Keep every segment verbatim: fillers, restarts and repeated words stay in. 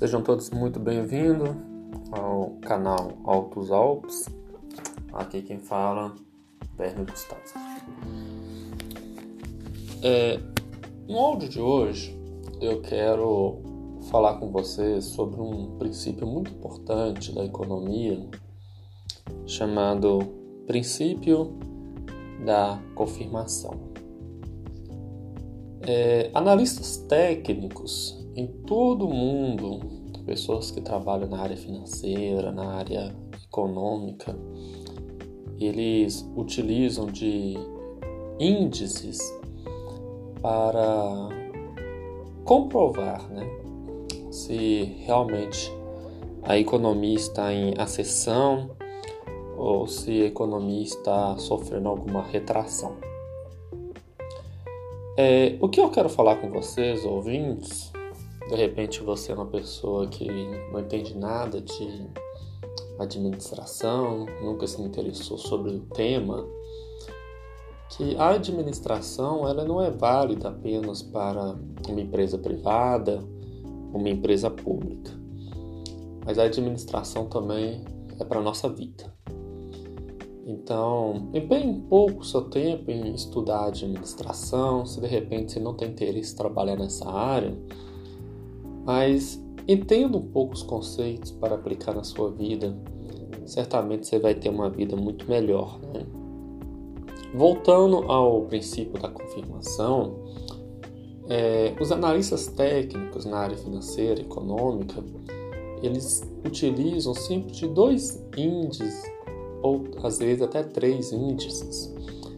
Sejam todos muito bem-vindos ao canal Altos Alpes. Aqui quem fala é Berno Gustavo. É, no áudio de hoje eu quero falar com vocês sobre um princípio muito importante da economia chamado princípio da confirmação. É, analistas técnicos em todo o mundo, pessoas que trabalham na área financeira, na área econômica, eles utilizam de índices para comprovar, né, se realmente a economia está em ascensão ou se a economia está sofrendo alguma retração. É, o que eu quero falar com vocês, ouvintes, de repente você é uma pessoa que não entende nada de administração, nunca se interessou sobre o tema, que a administração ela não é válida apenas para uma empresa privada, uma empresa pública, mas a administração também é para a nossa vida. Então, empenhe um pouco o seu tempo em estudar administração, se de repente você não tem interesse em trabalhar nessa área, mas entenda um pouco os conceitos para aplicar na sua vida, certamente você vai ter uma vida muito melhor, né? Voltando ao princípio da confirmação, é, os analistas técnicos na área financeira e econômica, eles utilizam sempre de dois índices, ou às vezes até três índices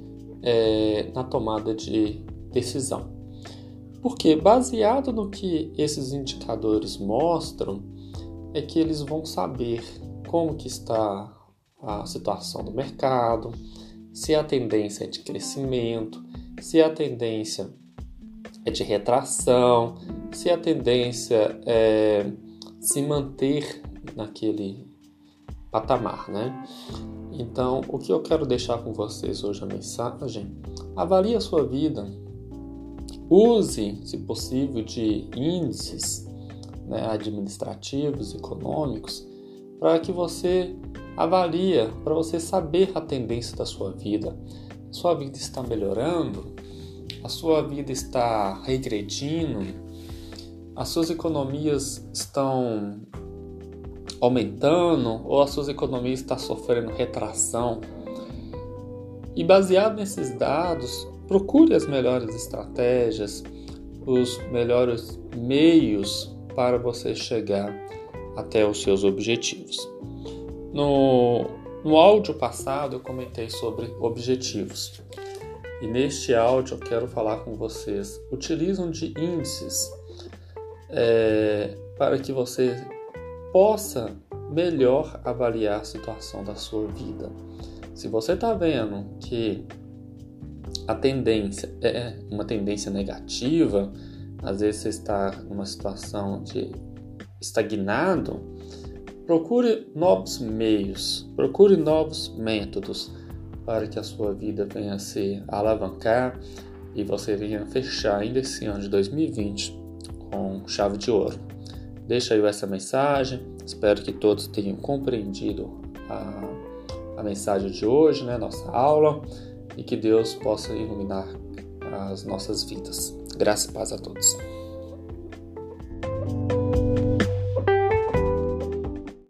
é, na tomada de decisão. Porque baseado no que esses indicadores mostram, é que eles vão saber como que está a situação do mercado, se a tendência é de crescimento, se a tendência é de retração, se a tendência é se manter naquele patamar, né? Então, o que eu quero deixar com vocês hoje a mensagem: avalie a sua vida, use, se possível, de índices, né, administrativos, econômicos, para que você avalie, para você saber a tendência da sua vida. A sua vida está melhorando? A sua vida está regredindo? As suas economias estão aumentando ou as suas economias estão sofrendo retração? E baseado nesses dados, procure as melhores estratégias, os melhores meios para você chegar até os seus objetivos. No, no áudio passado eu comentei sobre objetivos. E neste áudio eu quero falar com vocês. Utilizam de índices é, para que você possa melhor avaliar a situação da sua vida. Se você está vendo que a tendência é uma tendência negativa, às vezes você está numa situação de estagnado, procure novos meios, procure novos métodos para que a sua vida venha a se alavancar e você venha fechar ainda esse ano de dois mil e vinte com chave de ouro. Deixa eu essa mensagem, espero que todos tenham compreendido a, a mensagem de hoje, né, nossa aula, e que Deus possa iluminar as nossas vidas. Graça e paz a todos.